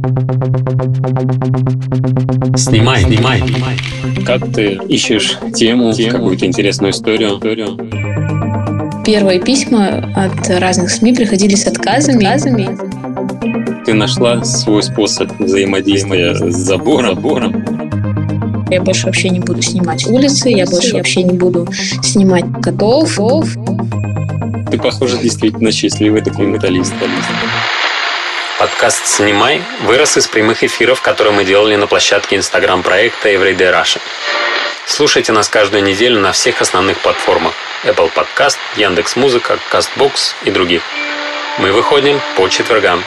Снимай. Как ты ищешь тему, какую-то интересную историю? Первые письма от разных СМИ приходили с отказами. Ты нашла свой способ взаимодействия с забором? Я больше вообще не буду снимать улицы, я больше вообще не буду снимать котов. Ты, похоже, действительно счастливый документалист. Подкаст «Снимай» вырос из прямых эфиров, которые мы делали на площадке Instagram-проекта Everyday Russia. Слушайте нас каждую неделю на всех основных платформах: Apple Podcast, Яндекс.Музыка, Castbox и других. Мы выходим по четвергам.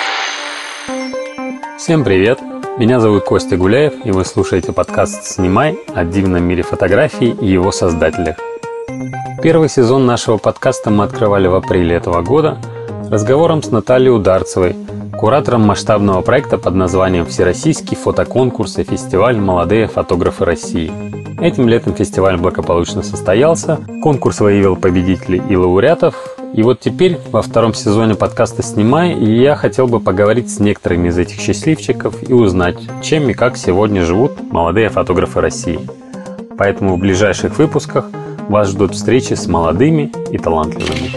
Всем привет! Меня зовут Костя Гуляев, и вы слушаете подкаст «Снимай» о дивном мире фотографий и его создателях. Первый сезон нашего подкаста мы открывали в апреле этого года разговором с Натальей Ударцевой, куратором масштабного проекта под названием «Всероссийский фотоконкурс и фестиваль «Молодые фотографы России». Этим летом фестиваль благополучно состоялся, конкурс выявил победителей и лауреатов. И вот теперь, во втором сезоне подкаста «Снимай», я хотел бы поговорить с некоторыми из этих счастливчиков и узнать, чем и как сегодня живут молодые фотографы России. Поэтому в ближайших выпусках вас ждут встречи с молодыми и талантливыми.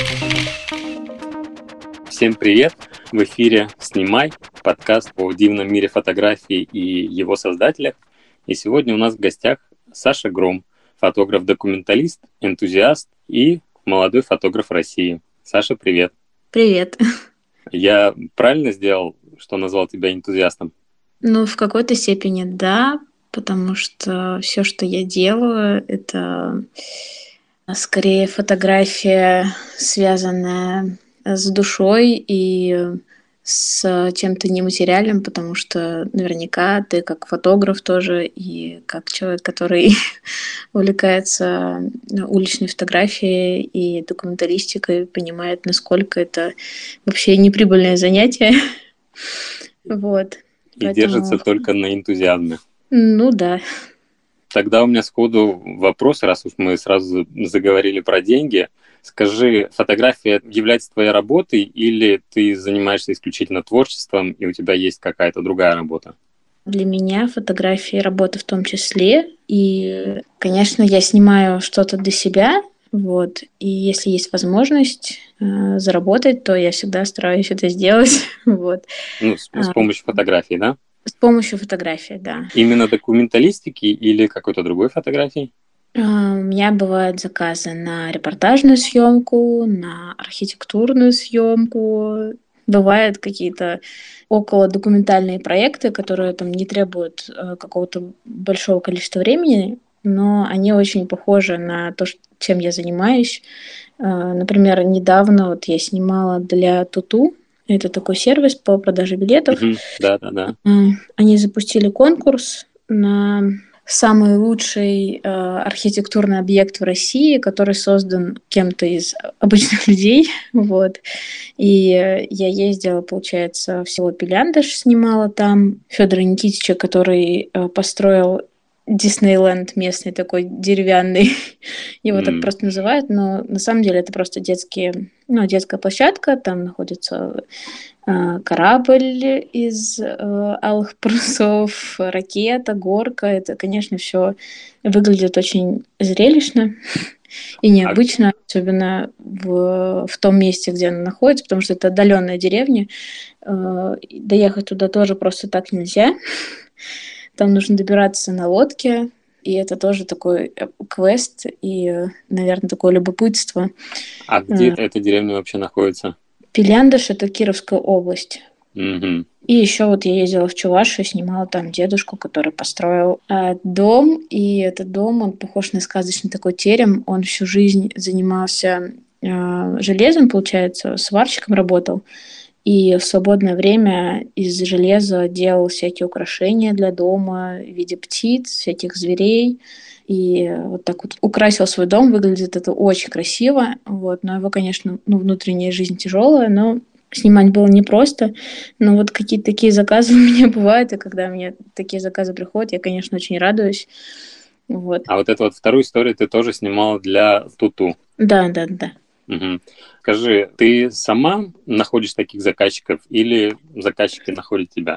Всем привет! В эфире «Снимай», подкаст о дивном мире фотографии и его создателях. И сегодня у нас в гостях Саша Гром, фотограф-документалист, энтузиаст и молодой фотограф России. Саша, привет! Привет! Я правильно сделал, что назвал тебя энтузиастом? Ну, в какой-то степени да, потому что все, что я делаю, это скорее фотография, связанная с душой и с чем-то нематериальным, потому что наверняка ты как фотограф тоже и как человек, который увлекается уличной фотографией и документалистикой, понимает, насколько это вообще неприбыльное занятие. Вот. И держится только на энтузиазме. Ну да. Тогда у меня сходу вопрос, раз уж мы сразу заговорили про деньги. Скажи, фотография является твоей работой или ты занимаешься исключительно творчеством и у тебя есть какая-то другая работа? Для меня фотография — работа в том числе. И, конечно, я снимаю что-то для себя. Вот. И если есть возможность заработать, то я всегда стараюсь это сделать. Вот. Ну, с помощью фотографии, да? С помощью фотографии, да. Именно документалистики или какой-то другой фотографии? У меня бывают заказы на репортажную съемку, на архитектурную съемку. Бывают какие-то околодокументальные проекты, которые там не требуют какого-то большого количества времени, но они очень похожи на то, чем я занимаюсь. Например, недавно вот я снимала для Туту. Это такой сервис по продаже билетов. Да. Они запустили конкурс на самый лучший архитектурный объект в России, который создан кем-то из обычных людей. Вот. И я ездила, получается, в село Пиляндыш, снимала там Федора Никитича, который построил Диснейленд местный, такой деревянный. Его так просто называют, но на самом деле это просто детская площадка. Там находится корабль из алых парусов, ракета, горка. Это, конечно, все выглядит очень зрелищно и необычно, особенно в том месте, где она находится, потому что это отдаленная деревня. Доехать туда тоже просто так нельзя. Там нужно добираться на лодке, и это тоже такой квест и, наверное, такое любопытство. А где эта деревня вообще находится? Пиляндыш — это Кировская область. Угу. И еще вот я ездила в Чувашию, снимала там дедушку, который построил дом. И этот дом, он похож на сказочный такой терем. Он всю жизнь занимался железом, получается, сварщиком работал. И в свободное время из железа делал всякие украшения для дома в виде птиц, всяких зверей. И вот так вот украсил свой дом. Выглядит это очень красиво. Вот. Но его, конечно, внутренняя жизнь тяжелая, но снимать было непросто. Но вот какие-то такие заказы у меня бывают. И когда мне такие заказы приходят, я, конечно, очень радуюсь. Вот. А вот эту вот вторую историю ты тоже снимала для Туту? Да. Угу. Скажи, ты сама находишь таких заказчиков или заказчики находят тебя?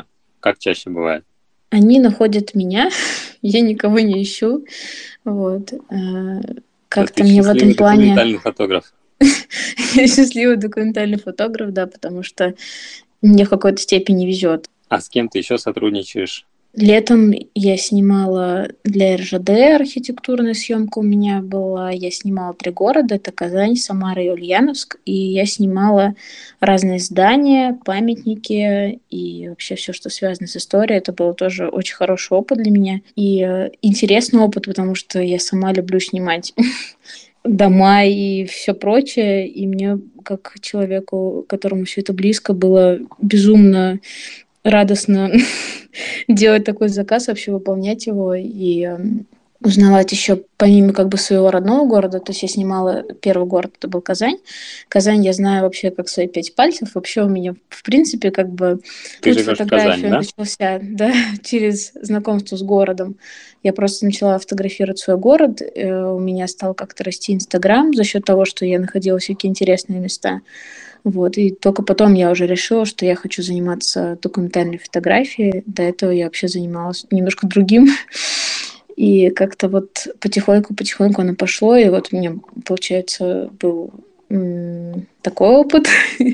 как чаще бывает? Они находят меня, я никого не ищу. Вот. Да, Как-то ты мне в этом счастливый плане... документальный фотограф. Я счастливый документальный фотограф, да, потому что мне в какой-то степени везет. А с кем ты еще сотрудничаешь? Летом я снимала для РЖД архитектурная съемка у меня была. Я снимала 3 города. Это Казань, Самара и Ульяновск. И я снимала разные здания, памятники и вообще все, что связано с историей. Это был тоже очень хороший опыт для меня. И интересный опыт, потому что я сама люблю снимать дома и все прочее. И мне, как человеку, которому все это близко, было безумно радостно делать такой заказ, вообще выполнять его и узнавать еще помимо как бы своего родного города. То есть я снимала первый город, это был Казань. Казань я знаю вообще как свои 5 пальцев. Вообще у меня, в принципе, как бы Ты путь живешь в Казани, фотографии да? начался, да, через знакомство с городом. Я просто начала фотографировать свой город. У меня стал как-то расти Инстаграм за счет того, что я находила всякие интересные места. Вот. И только потом я уже решила, что я хочу заниматься документальной фотографией. До этого я вообще занималась немножко другим. И как-то вот потихоньку оно пошло. И вот у меня, получается, был такой опыт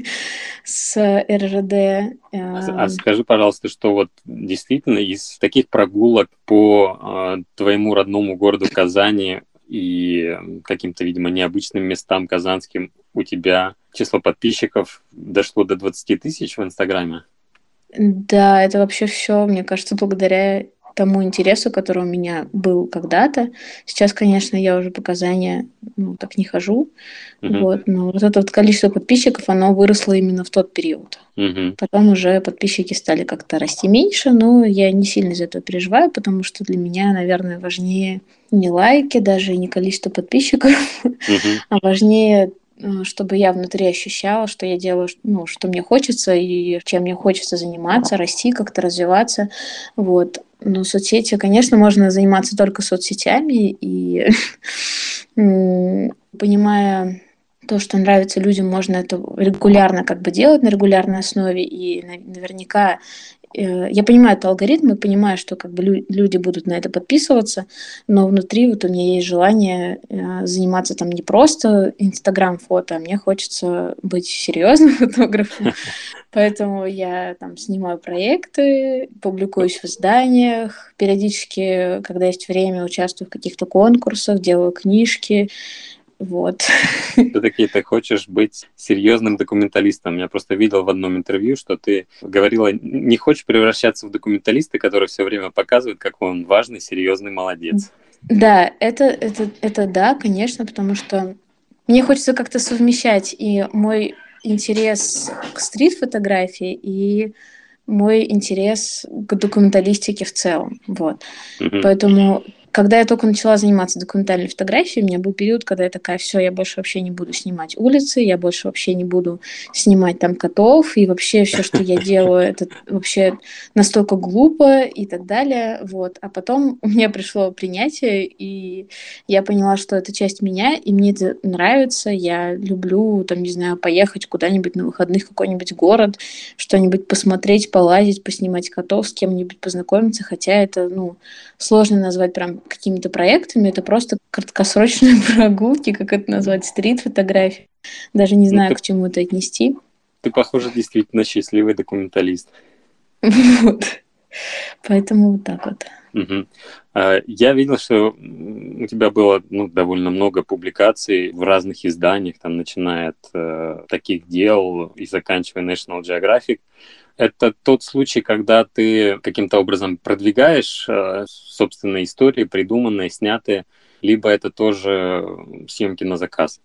с РЖД. А скажи, пожалуйста, что вот действительно из таких прогулок по твоему родному городу Казани и каким-то, видимо, необычным местам казанским у тебя число подписчиков дошло до 20 тысяч в Инстаграме? Да, это вообще все, мне кажется, благодаря тому интересу, который у меня был когда-то. Сейчас, конечно, я уже по Казани так не хожу. Мгм. Вот, но вот это вот количество подписчиков, оно выросло именно в тот период. Мгм. Потом уже подписчики стали как-то расти меньше, но я не сильно из-за этого переживаю, потому что для меня, наверное, важнее не лайки, даже и не количество подписчиков, Мгм. а важнее, чтобы я внутри ощущала, что я делаю, ну, что мне хочется и чем мне хочется заниматься, расти, как-то развиваться. Вот. Но соцсети, конечно, можно заниматься только соцсетями, и понимая то, что нравится людям, можно это регулярно как бы делать на регулярной основе, и наверняка я понимаю это алгоритмы, понимаю, что как бы люди будут на это подписываться, но внутри вот у меня есть желание заниматься там не просто инстаграм-фото, а мне хочется быть серьезным фотографом, поэтому я там снимаю проекты, публикуюсь в изданиях, периодически, когда есть время, участвую в каких-то конкурсах, делаю книжки, вот. Все-таки ты хочешь быть серьезным документалистом. Я просто видел в одном интервью, что ты говорила, не хочешь превращаться в документалиста, который все время показывает, какой он важный, серьезный молодец. Да, это да, конечно, потому что мне хочется как-то совмещать и мой интерес к стрит-фотографии, и мой интерес к документалистике в целом. Вот. Мгм. Поэтому, когда я только начала заниматься документальной фотографией, у меня был период, когда я такая, все, я больше вообще не буду снимать улицы, я больше вообще не буду снимать там котов, и вообще все, что я делаю, это вообще настолько глупо и так далее. Вот. А потом у меня пришло принятие, и я поняла, что это часть меня, и мне это нравится. Я люблю, там, не знаю, поехать куда-нибудь на выходных в какой-нибудь город, что-нибудь посмотреть, полазить, поснимать котов, с кем-нибудь познакомиться, хотя это, ну, сложно назвать прям какими-то проектами, это просто краткосрочные прогулки, как это назвать, стрит-фотографии. Даже не Ну, знаю, к чему это отнести. ты, похоже, действительно счастливый документалист. Вот. Поэтому вот так вот. Мгм. Я видел, что у тебя было довольно много публикаций в разных изданиях, там, начиная от таких дел и заканчивая National Geographic. Это тот случай, когда ты каким-то образом продвигаешь собственные истории, придуманные, снятые, либо это тоже съемки на заказ?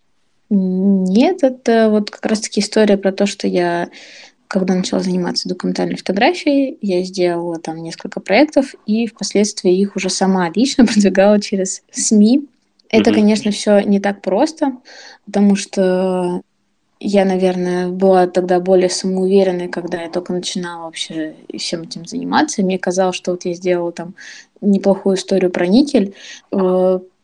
Нет, это вот как раз-таки история про то, что я, когда начала заниматься документальной фотографией, я сделала там несколько проектов и впоследствии их уже сама лично продвигала через СМИ. Это, Мгм. конечно, все не так просто, потому что я, наверное, была тогда более самоуверенной, когда я только начинала вообще всем этим заниматься. И мне казалось, что вот я сделала там неплохую историю про никель.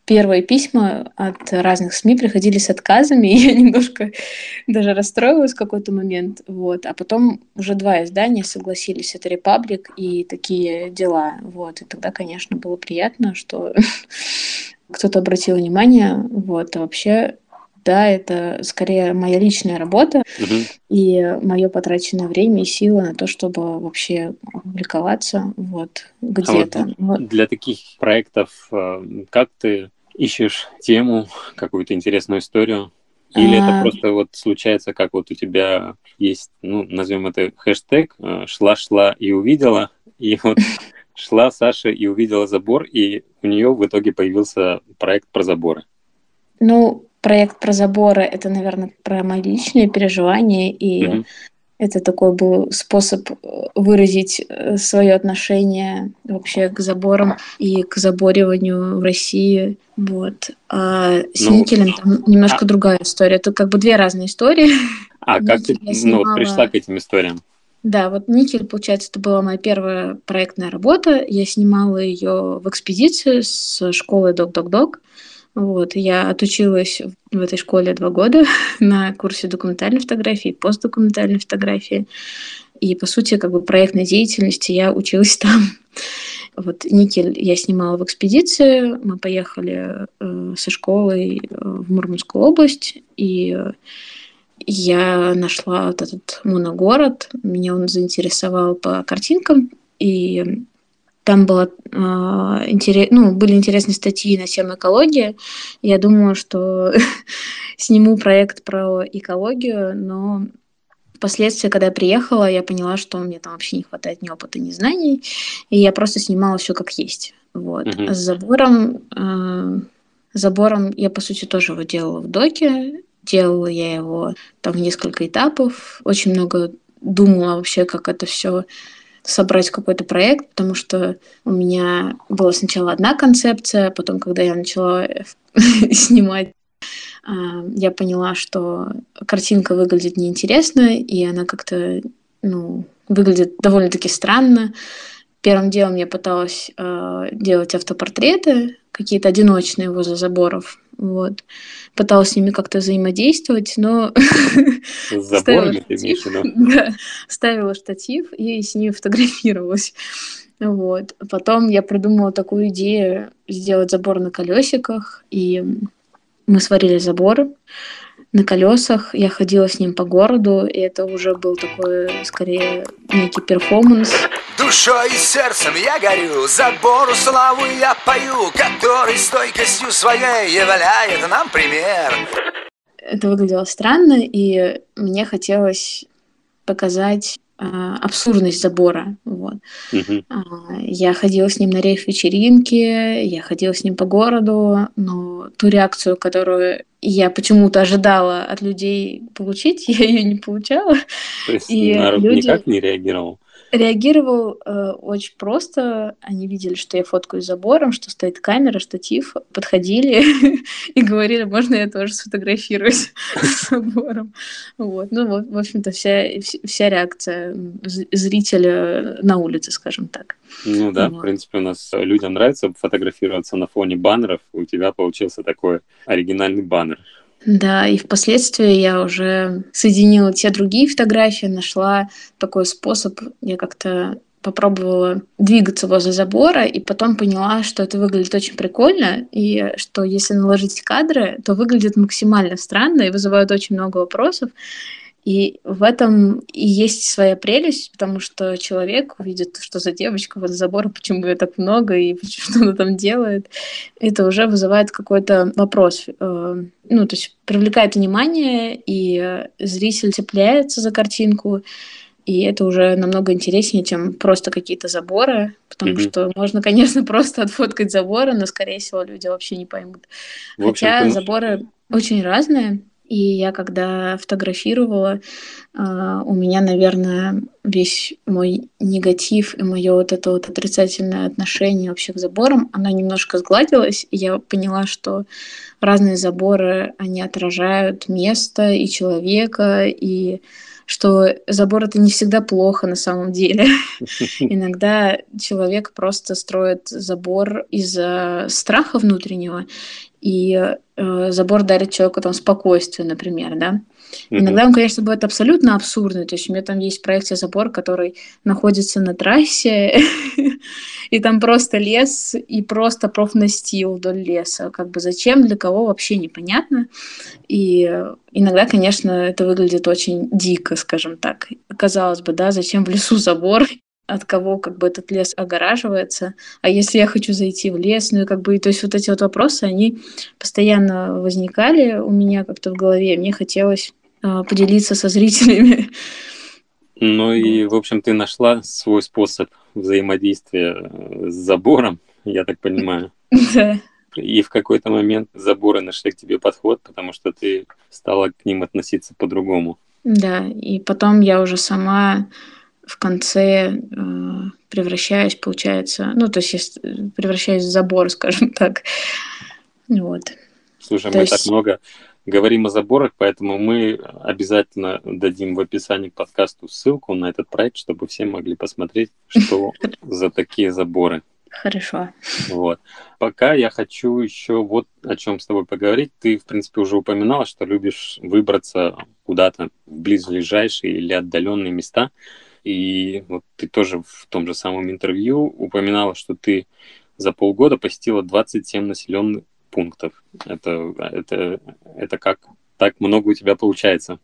первые письма от разных СМИ приходили с отказами, и я немножко даже расстроилась в какой-то момент. Вот. А потом уже 2 издания согласились. Это «Репаблик» и «Такие дела». Вот. И тогда, конечно, было приятно, что кто-то обратил внимание. Вот. А вообще, да, это скорее моя личная работа и мое потраченное время и силы на то, чтобы вообще публиковаться вот где-то. Вот для таких проектов как ты ищешь тему, какую-то интересную историю? Или это просто вот случается, как вот у тебя есть, ну, назовем это хэштег, шла-шла и увидела, и вот шла Саша и увидела забор, и у нее в итоге появился проект про заборы. Ну, проект про заборы — это, наверное, про мои личные переживания, и это такой был способ выразить свое отношение вообще к заборам и к забориванию в России. Вот. А с никелем там немножко другая история. Это как бы 2 разные истории. А как ты пришла к этим историям? Да, вот «Никель», получается, это была моя первая проектная работа. Я снимала ее в экспедиции с школы «Док-Док-Док». Вот, я отучилась в этой школе 2 года на курсе документальной фотографии, постдокументальной фотографии. И, по сути, как бы проектной деятельности я училась там. Вот «Никель» я снимала в экспедиции. Мы поехали со школой в Мурманскую область, и я нашла вот этот моногород. Меня он заинтересовал по картинкам, и там были интересные статьи на тему экологии. Я думала, что сниму проект про экологию, но впоследствии, когда я приехала, я поняла, что мне там вообще не хватает ни опыта, ни знаний, и я просто снимала все как есть. Вот. А с забором я, по сути, тоже его делала в доке. Делала я его там в несколько этапов. Очень много думала вообще, как это все собрать какой-то проект, потому что у меня была сначала одна концепция, потом, когда я начала снимать, я поняла, что картинка выглядит неинтересно, и она как-то, выглядит довольно-таки странно. Первым делом я пыталась делать автопортреты, какие-то одиночные возле заборов. Вот. Пыталась с ними как-то взаимодействовать, но с заборами ты имеешь в виду? Да, ставила штатив и с ними фотографировалась. Вот. Потом я придумала такую идею сделать забор на колесиках, и мы сварили забор на колесах. Я ходила с ним по городу, и это уже был такой, скорее, некий перформанс. Душой и сердцем я горю, забору славу я пою, который стойкостью своей являет нам пример. Это выглядело странно, и мне хотелось показать абсурдность забора. Вот. Я ходила с ним на рейв-вечеринки, я ходила с ним по городу, но ту реакцию, которую я почему-то ожидала от людей получить, я ее не получала. То есть народ никак не реагировал? Реагировал очень просто. Они видели, что я фоткаю с забором, что стоит камера, штатив. Подходили и говорили, можно я тоже сфотографируюсь с забором. Вот. В общем-то, вся реакция зрителя на улице, скажем так. Ну да, в принципе, у нас людям нравится фотографироваться на фоне баннеров. У тебя получился такой оригинальный баннер. Да, и впоследствии я уже соединила те другие фотографии, нашла такой способ, я как-то попробовала двигаться возле забора, и потом поняла, что это выглядит очень прикольно, и что если наложить кадры, то выглядит максимально странно и вызывает очень много вопросов. И в этом и есть своя прелесть, потому что человек увидит, что за девочка возле забора, почему ее так много, и что она там делает. Это уже вызывает какой-то вопрос. То есть привлекает внимание, и зритель цепляется за картинку, и это уже намного интереснее, чем просто какие-то заборы, потому что можно, конечно, просто отфоткать заборы, но, скорее всего, люди вообще не поймут. Хотя заборы очень разные. И я когда фотографировала, у меня, наверное, весь мой негатив и мое вот это вот отрицательное отношение вообще к заборам, оно немножко сгладилось, и я поняла, что разные заборы, они отражают место и человека, и что забор — это не всегда плохо на самом деле. Иногда человек просто строит забор из-за страха внутреннего, и забор дарит человеку там спокойствие, например, да. Иногда он, конечно, бывает абсолютно абсурдный. То есть у меня там есть в проекте забор, который находится на трассе, и там просто лес, и просто профнастил вдоль леса. Как бы зачем, для кого, вообще непонятно. И иногда, конечно, это выглядит очень дико, скажем так. Казалось бы, да, зачем в лесу забор? От кого как бы этот лес огораживается, а если я хочу зайти в лес, ну и как бы, то есть вот эти вот вопросы, они постоянно возникали у меня как-то в голове, мне хотелось поделиться со зрителями. Ну и, в общем, ты нашла свой способ взаимодействия с забором, я так понимаю. Да. И в какой-то момент заборы нашли к тебе подход, потому что ты стала к ним относиться по-другому. Да, и потом я уже сама в конце превращаюсь, получается, ну, то есть я превращаюсь в забор, скажем так. Вот. Слушай, То мы есть... так много говорим о заборах, поэтому мы обязательно дадим в описании к подкасту ссылку на этот проект, чтобы все могли посмотреть, что за такие заборы. Хорошо. Вот. Пока я хочу еще вот о чем с тобой поговорить. Ты, в принципе, уже упоминала, что любишь выбраться куда-то в близлежащие или отдаленные места. И вот ты тоже в том же самом интервью упоминала, что ты за полгода посетила 27 населенных пунктов. Это как так много у тебя получается?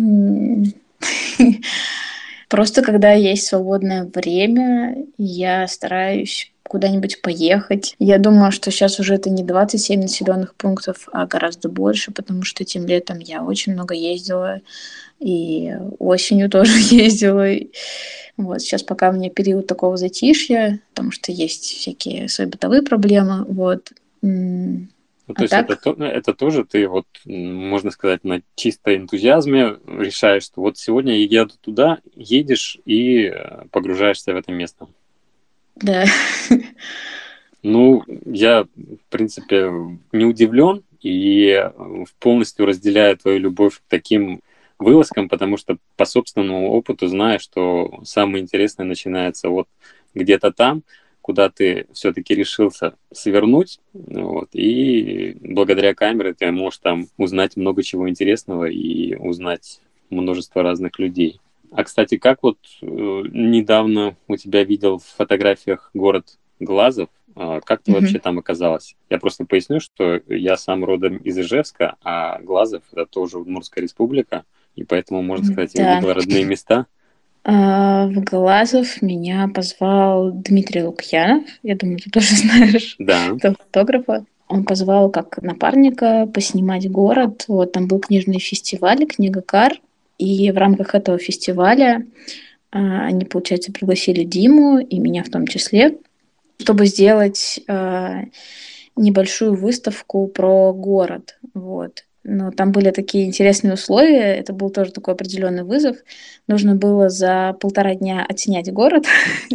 Просто когда есть свободное время, я стараюсь куда-нибудь поехать. Я думаю, что сейчас уже это не 27 населенных пунктов, а гораздо больше, потому что этим летом я очень много ездила, и осенью тоже ездила. Вот сейчас пока у меня период такого затишья, потому что есть всякие свои бытовые проблемы. Вот. Ну, то есть это тоже ты, вот, можно сказать, на чисто энтузиазме решаешь, что вот сегодня я еду туда, едешь и погружаешься в это место. Да. Ну, я, в принципе, не удивлен и полностью разделяю твою любовь к таким вылазкам, потому что по собственному опыту знаю, что самое интересное начинается вот где-то там, куда ты все-таки решился свернуть, вот, и благодаря камере ты можешь там узнать много чего интересного и узнать множество разных людей. А, кстати, как вот недавно у тебя видел в фотографиях город Глазов, как ты вообще там оказалась? Я просто поясню, что я сам родом из Ижевска, а Глазов — это тоже Удмуртская республика, и поэтому, можно сказать, я видел родные места. В Глазов меня позвал Дмитрий Лукьянов. Я думаю, ты тоже знаешь этого фотографа. Он позвал как напарника поснимать город. Вот там был книжный фестиваль «Книгокар». И в рамках этого фестиваля они, получается, пригласили Диму и меня в том числе, чтобы сделать небольшую выставку про город. Вот. Но там были такие интересные условия, это был тоже такой определенный вызов. Нужно было за 1,5 дня отснять город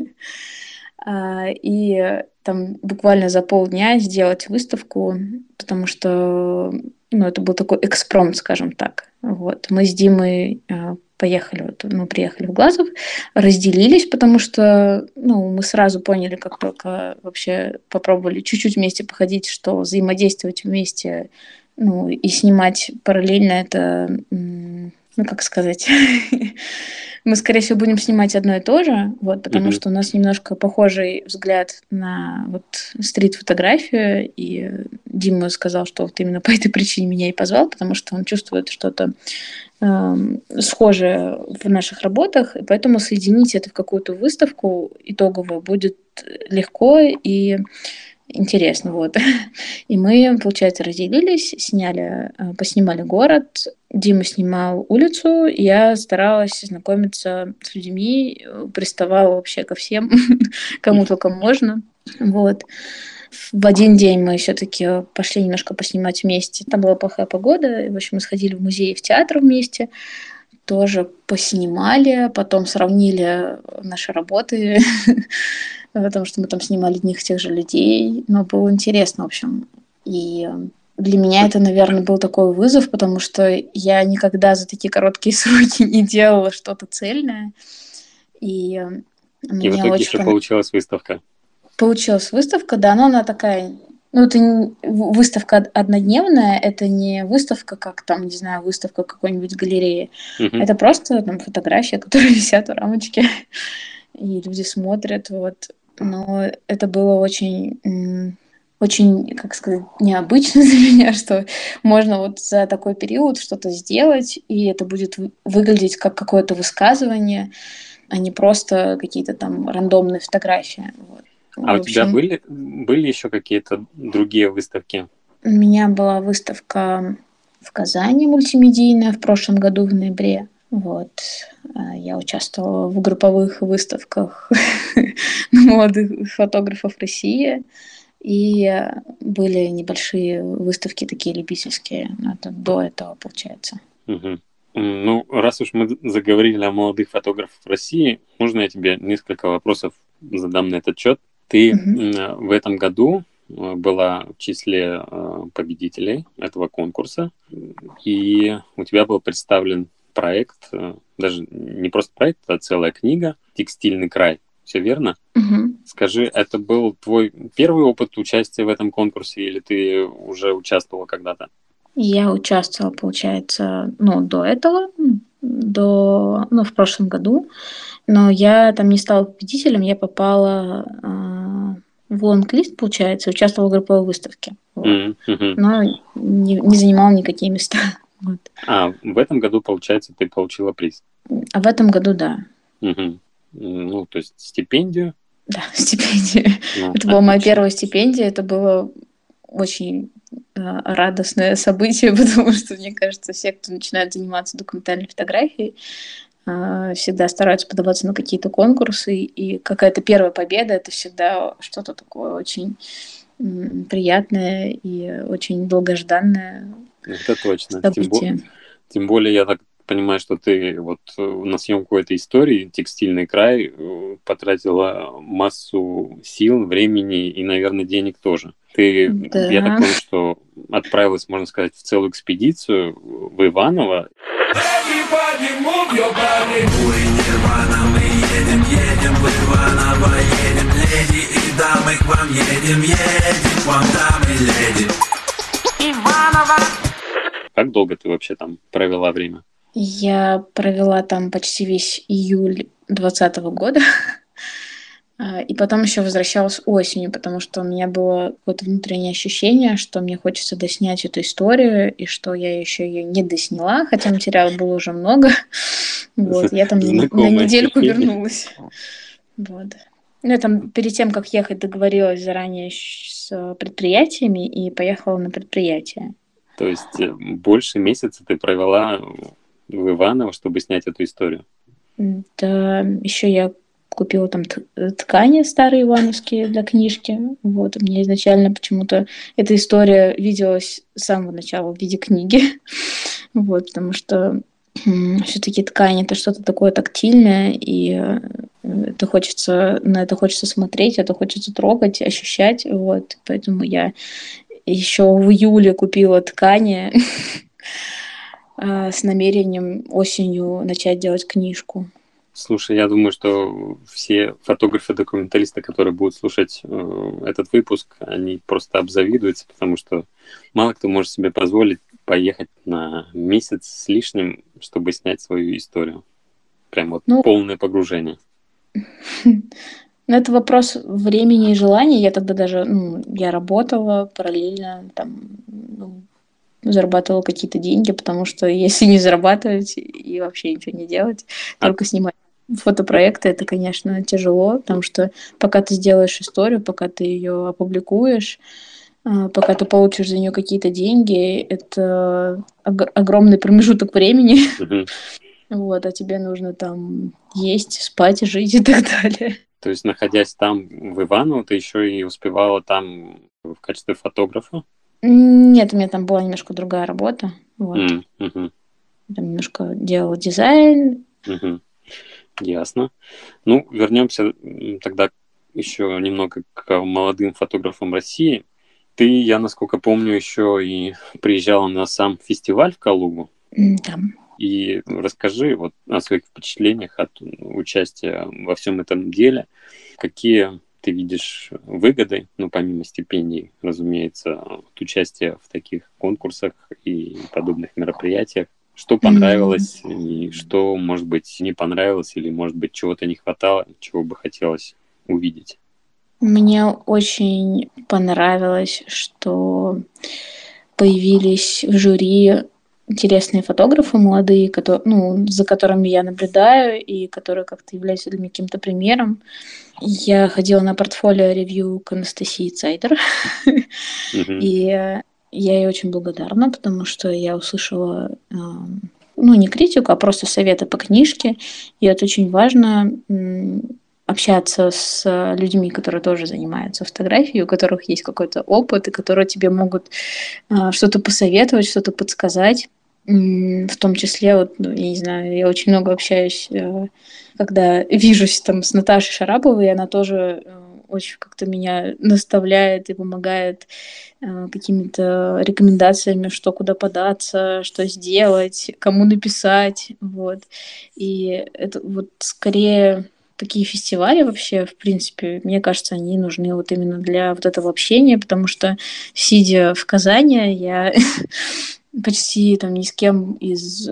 и там буквально за полдня сделать выставку, потому что это был такой экспромт, скажем так. Вот. Мы с Димой приехали в Глазов, разделились, потому что мы сразу поняли, как только вообще попробовали чуть-чуть вместе походить, что взаимодействовать вместе и снимать параллельно это, как сказать, мы, скорее всего, будем снимать одно и то же, вот, потому что у нас немножко похожий взгляд на стрит-фотографию, и Дима сказал, что вот именно по этой причине меня и позвал, потому что он чувствует что-то схожее в наших работах, и поэтому соединить это в какую-то выставку итоговую будет легко и интересно, вот. И мы, получается, разделились, поснимали город. Дима снимал улицу, я старалась знакомиться с людьми, приставала вообще ко всем, кому только можно, вот. В один день мы все-таки пошли немножко поснимать вместе. Там была плохая погода, и, в общем, мы сходили в музей и в театр вместе, тоже поснимали, потом сравнили наши работы, потому что мы там снимали одних и тех же людей, но было интересно, в общем. И для меня это, наверное, был такой вызов, потому что я никогда за такие короткие сроки не делала что-то цельное. И И в мне итоге очень еще получилась выставка. получилась выставка, да, но она такая, ну, это выставка однодневная, это не выставка, как там, не знаю, выставка какой-нибудь галереи. Мгм. Это просто там фотографии, которые висят в рамочке, и люди смотрят, вот. Но это было очень, как сказать, необычно для меня, что можно вот за такой период что-то сделать, и это будет выглядеть как какое-то высказывание, а не просто какие-то там рандомные фотографии. Вот. А В у тебя общем, были еще какие-то другие выставки? у меня была выставка в Казани мультимедийная в прошлом году в ноябре. Вот. Я участвовала в групповых выставках молодых фотографов России. И были небольшие выставки такие любительские. Это до этого, получается. Мгм. Ну, раз уж мы заговорили о молодых фотографах в России, можно я тебе несколько вопросов задам на этот счет? Ты Мгм. в этом году была в числе победителей этого конкурса, и у тебя был представлен проект, даже не просто проект, а целая книга «Текстильный край». Все верно? Мгм. Скажи, это был твой первый опыт участия в этом конкурсе, или ты уже участвовала когда-то? Я участвовала, получается, до этого, в прошлом году, но я там не стала победителем, я попала в лонг-лист, получается, участвовала в групповой выставке, вот. Мгм. Но не занимала никакие места. Вот. А в этом году, получается, ты получила приз. А в этом году, да. Мгм. Ну, то есть стипендию. Да, стипендия. Ну, Это была моя отлично. первая стипендия. Это было очень радостное событие, потому что, мне кажется, все, кто начинает заниматься документальной фотографией, всегда стараются подаваться на какие-то конкурсы, и какая-то первая победа — это всегда что-то такое очень приятное и очень долгожданное Это точно. событие. Тем более, я так понимаю, что ты вот на съемку этой истории «Текстильный край» потратила массу сил, времени и, наверное, денег тоже. Ты, я так Да. понял, что отправилась, можно сказать, в целую экспедицию в Иваново. Everybody move your body. Ой, Нирвана, мы едем в Иваново, едем, леди и дамы, к вам едем, к вам, дамы, леди. Иваново. Как долго ты вообще там провела время? Я провела там почти весь июль 2020 года. И потом еще возвращалась осенью, потому что у меня было какое-то внутреннее ощущение, что мне хочется доснять эту историю, и что я еще ее не досняла, хотя материала было уже много. Вот, я там на Знакомое недельку ощущение. вернулась. Вот. Ну, я там перед тем, как ехать, договорилась заранее с предприятиями и поехала на предприятие. То есть больше месяца ты провела в Иваново, чтобы снять эту историю? Да, еще я купила там ткани старые ивановские для книжки. Вот, у меня изначально почему-то эта история виделась с самого начала в виде книги. Вот, потому что все-таки ткань — это что-то такое тактильное, и на это хочется смотреть, это хочется трогать, ощущать. Вот, поэтому я еще в июле купила ткани с намерением осенью начать делать книжку. Слушай, я думаю, что все фотографы-документалисты, которые будут слушать этот выпуск, они просто обзавидуются, потому что мало кто может себе позволить поехать на месяц с лишним, чтобы снять свою историю. Прям вот Ну, полное погружение. это вопрос времени и желания. Я тогда даже, я работала параллельно, там, зарабатывала какие-то деньги, потому что если не зарабатывать и вообще ничего не делать, А, только снимать фотопроекты, это, конечно, тяжело, потому что пока ты сделаешь историю, пока ты ее опубликуешь, пока ты получишь за нее какие-то деньги, это огромный промежуток времени. мгм. Вот, а тебе нужно там есть, спать, жить и так далее. То есть, находясь там, в Иваново, ты еще и успевала там в качестве фотографа? Нет, у меня там была немножко другая работа. Вот. Мгм. Там немножко делала дизайн. Мгм. Ясно. Ну, вернемся тогда еще немного к молодым фотографам России. Ты, я насколько помню, еще и приезжала на сам фестиваль в Калугу. Да. И расскажи вот о своих впечатлениях от участия во всем этом деле. Какие ты видишь выгоды, ну, помимо стипендий, разумеется, от участия в таких конкурсах и подобных мероприятиях? Что понравилось и что, может быть, не понравилось или, может быть, чего-то не хватало, чего бы хотелось увидеть? Мне очень понравилось, что появились в жюри интересные фотографы молодые, за которыми я наблюдаю и которые как-то являются для меня каким-то примером. Я ходила на портфолио-ревью к Анастасии Цайдер, и я ей очень благодарна, потому что я услышала, не критику, а просто советы по книжке, и это очень важно общаться с людьми, которые тоже занимаются фотографией, у которых есть какой-то опыт, и которые тебе могут что-то посоветовать, что-то подсказать. В том числе, я не знаю, я очень много общаюсь, когда вижусь там с Наташей Шараповой, и она тоже очень как-то меня наставляет и помогает какими-то рекомендациями, что куда податься, что сделать, кому написать, вот. И это вот скорее такие фестивали вообще, в принципе, мне кажется, они нужны вот именно для вот этого общения, потому что, сидя в Казани, я почти там ни с кем из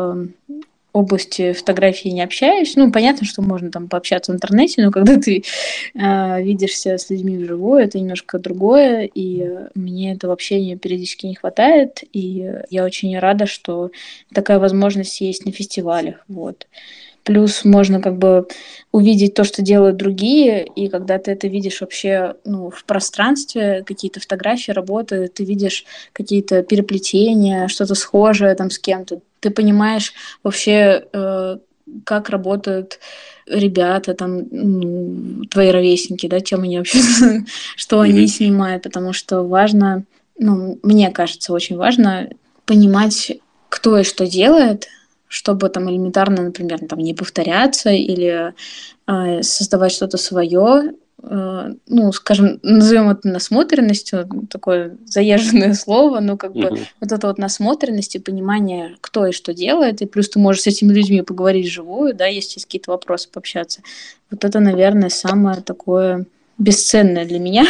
области фотографии не общаюсь. Ну, понятно, что можно там пообщаться в интернете, но когда ты видишься с людьми вживую, это немножко другое, и мне этого общения периодически не хватает, и я очень рада, что такая возможность есть на фестивалях, вот. Плюс можно как бы увидеть то, что делают другие, и когда ты это видишь вообще в пространстве, какие-то фотографии, работы, ты видишь какие-то переплетения, что-то схожее там с кем-то, ты понимаешь вообще, как работают ребята, там, твои ровесники, да, чем они вообще, что они снимают, потому что важно, мне кажется, очень важно понимать, кто и что делает, чтобы там элементарно, например, там, не повторяться или создавать что-то свое, скажем, назовем это насмотренностью, такое заезженное слово, но как бы вот эта вот насмотренность и понимание, кто и что делает, и плюс ты можешь с этими людьми поговорить вживую, да, если есть какие-то вопросы, пообщаться. Вот это, наверное, самое такое бесценное для меня.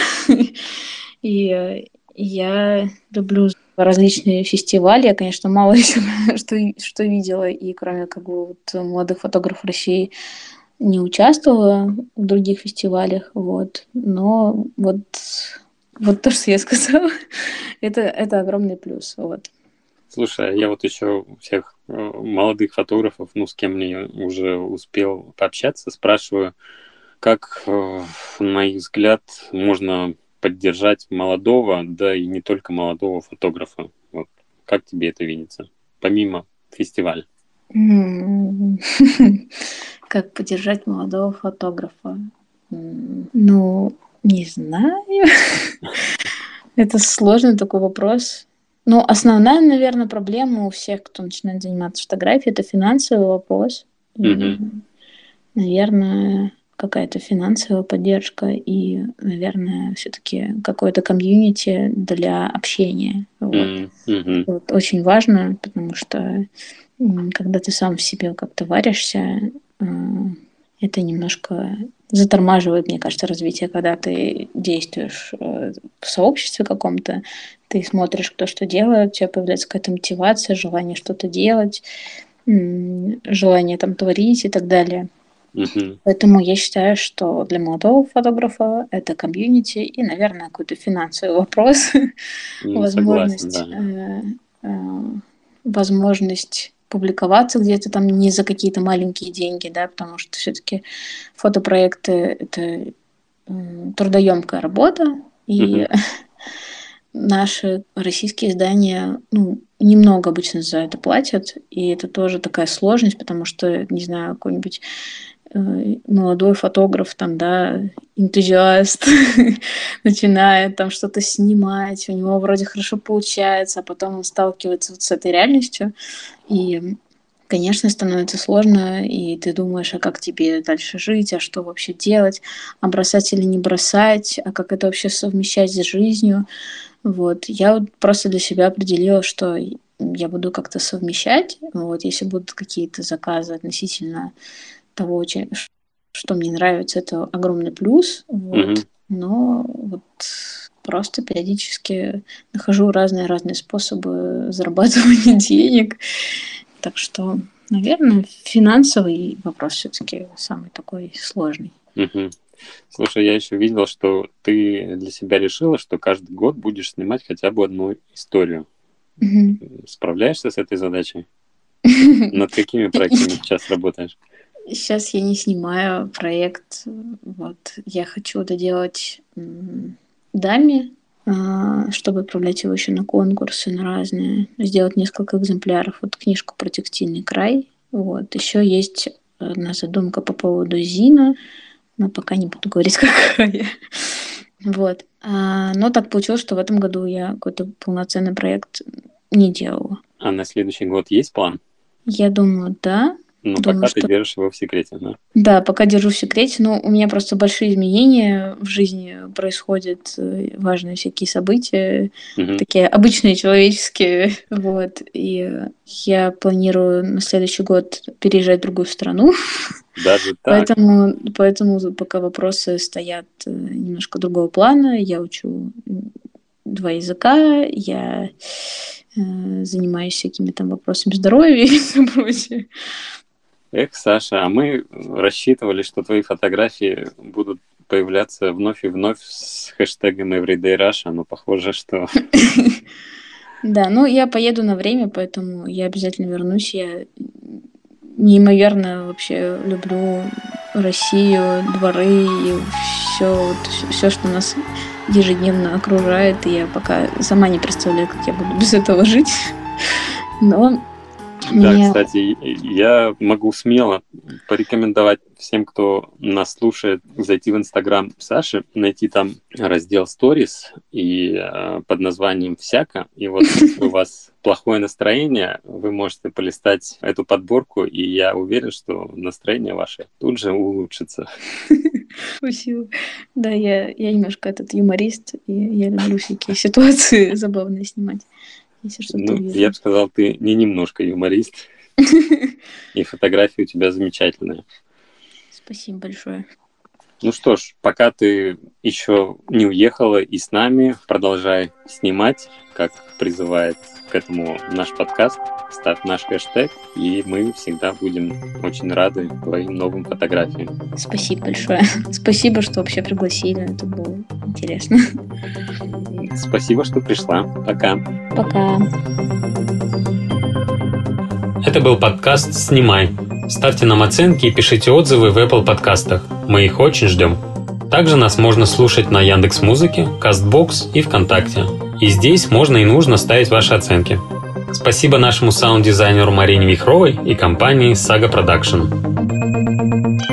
И я люблю различные фестивали. Я, конечно, мало что видела, и кроме как бы вот молодых фотографов России не участвовала в других фестивалях, вот. Но вот то, что я сказала, это огромный плюс, вот. Слушай, я вот еще всех молодых фотографов, с кем мне уже успел пообщаться, спрашиваю, как, на их взгляд, можно поддержать молодого, да и не только молодого фотографа. Вот как тебе это видится, помимо фестиваля? Как поддержать молодого фотографа? Не знаю. Это сложный такой вопрос. Основная, наверное, проблема у всех, кто начинает заниматься фотографией, это финансовый вопрос. Наверное, какая-то финансовая поддержка и, наверное, все-таки какое-то комьюнити для общения. Вот очень важно, потому что когда ты сам в себе как-то варишься, это немножко затормаживает, мне кажется, развитие, когда ты действуешь в сообществе каком-то, ты смотришь, кто что делает, у тебя появляется какая-то мотивация, желание что-то делать, желание там творить и так далее. Поэтому я считаю, что для молодого фотографа это комьюнити и, наверное, какой-то финансовый вопрос, возможность публиковаться где-то там не за какие-то маленькие деньги, да, потому что все-таки фотопроекты — это трудоемкая работа, и наши российские издания, немного обычно за это платят, и это тоже такая сложность, потому что, не знаю, какой-нибудь молодой фотограф, там, да, энтузиаст начинает там что-то снимать, у него вроде хорошо получается, а потом он сталкивается вот с этой реальностью, и Конечно, становится сложно, и ты думаешь, а как тебе дальше жить, а что вообще делать, а бросать или не бросать, а как это вообще совмещать с жизнью. Вот. Я вот просто для себя определила, что я буду как-то совмещать. Вот. Если будут какие-то заказы относительно того, что мне нравится, это огромный плюс. Вот. Но вот просто периодически нахожу разные способы зарабатывания денег. Так что, наверное, финансовый вопрос все-таки самый такой сложный. Слушай, я еще видел, что ты для себя решила, что каждый год будешь снимать хотя бы одну историю. Справляешься с этой задачей? Над какими проектами сейчас работаешь? Сейчас я не снимаю проект. Вот. Я хочу доделать Дами, чтобы отправлять его еще на конкурсы, на разные. Сделать несколько экземпляров. Вот книжку про текстильный край. Вот. Еще есть одна задумка по поводу Зина. Но пока не буду говорить, какая. Вот. Но так получилось, что в этом году я какой-то полноценный проект не делала. А на следующий год есть план? Я думаю, да. Но пока ты держишь его в секрете, да? Да, пока держу в секрете. Но у меня просто большие изменения в жизни происходят, важные всякие события, такие обычные человеческие. Вот. И я планирую на следующий год переезжать в другую страну. Даже так? Поэтому пока вопросы стоят немножко другого плана. Я учу 2 языка, я занимаюсь всякими там вопросами здоровья и все прочее. Эх, Саша, а мы рассчитывали, что твои фотографии будут появляться вновь и вновь с хэштегом Everyday Russia, но похоже, что... Да, ну я поеду на время, поэтому я обязательно вернусь. Я неимоверно вообще люблю Россию, дворы и все, что нас ежедневно окружает. И я пока сама не представляю, как я буду без этого жить. Но да, кстати, я могу смело порекомендовать всем, кто нас слушает, зайти в Инстаграм Саши, найти там раздел Stories и под названием «Всяко». И вот если у вас плохое настроение, вы можете полистать эту подборку, и я уверен, что настроение ваше тут же улучшится. Спасибо. Да, я немножко юморист, и я люблю всякие ситуации забавные снимать. Я бы сказал, ты не немножко юморист, и фотографии у тебя замечательные. Спасибо большое. Ну что ж, пока ты еще не уехала и с нами, продолжай снимать, как призывает к этому наш подкаст, ставь наш хэштег, и мы всегда будем очень рады твоим новым фотографиям. Спасибо большое. Спасибо, что вообще пригласили, это было интересно. Спасибо, что пришла. Пока. Пока. Это был подкаст «Снимай». Ставьте нам оценки и пишите отзывы в Apple подкастах. Мы их очень ждем. Также нас можно слушать на Яндекс.Музыке, Castbox и ВКонтакте. И здесь можно и нужно ставить ваши оценки. Спасибо нашему саунд-дизайнеру Марине Вихровой и компании Saga Production.